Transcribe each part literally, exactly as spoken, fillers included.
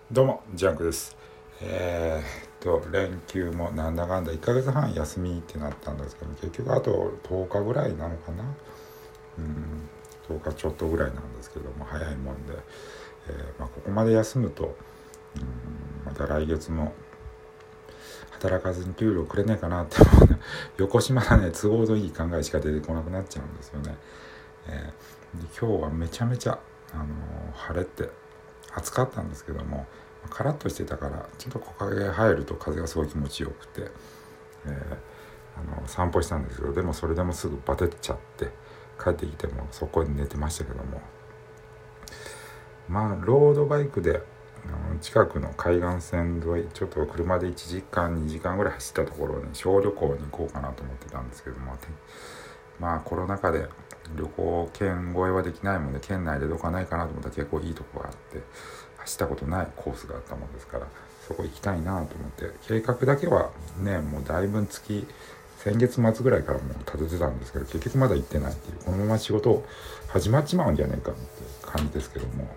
どうもジャンクです。えー、っと連休もなんだかんだいっかげつはん休みってなったんですけど、結局あととおかぐらいなのかな。うんとおかちょっとぐらいなんですけども、早いもんで、えーまあ、ここまで休むとうんまた来月も働かずに給料くれねえかなって思うね。横島なね都合のいい考えしか出てこなくなっちゃうんですよね。えー、で今日はめちゃめちゃ、あのー晴れて暑かったんですけども、カラッとしてたからちょっと木陰入ると風がすごい気持ちよくて、えー、あの散歩したんですけど、でもそれでもすぐバテっちゃって帰ってきてもそこに寝てましたけども、まあロードバイクで近くの海岸線沿いちょっと車でいちじかんにじかんぐらい走ったところに小旅行に行こうかなと思ってたんですけども、まあコロナ禍で旅行県越えはできないもんで、県内でどこかないかなと思ったら結構いいとこがあって、走ったことないコースがあったもんですから、そこ行きたいなと思って計画だけはね、もうだいぶ月先月末ぐらいからもう立ててたんですけど、結局まだ行ってないっていう、このまま仕事始まっちまうんじゃねえかって感じですけども、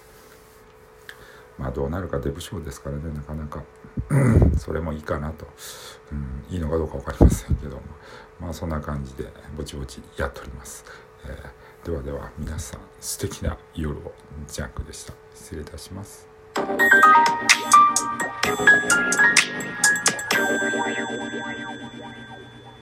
まあどうなるかデブ賞ですからね、なかなかそれもいいかなと、うん、いいのかどうか分かりませんけども、まあそんな感じでぼちぼちやっております。えー、ではでは皆さん素敵な夜を。ジャンクでした。失礼いたします。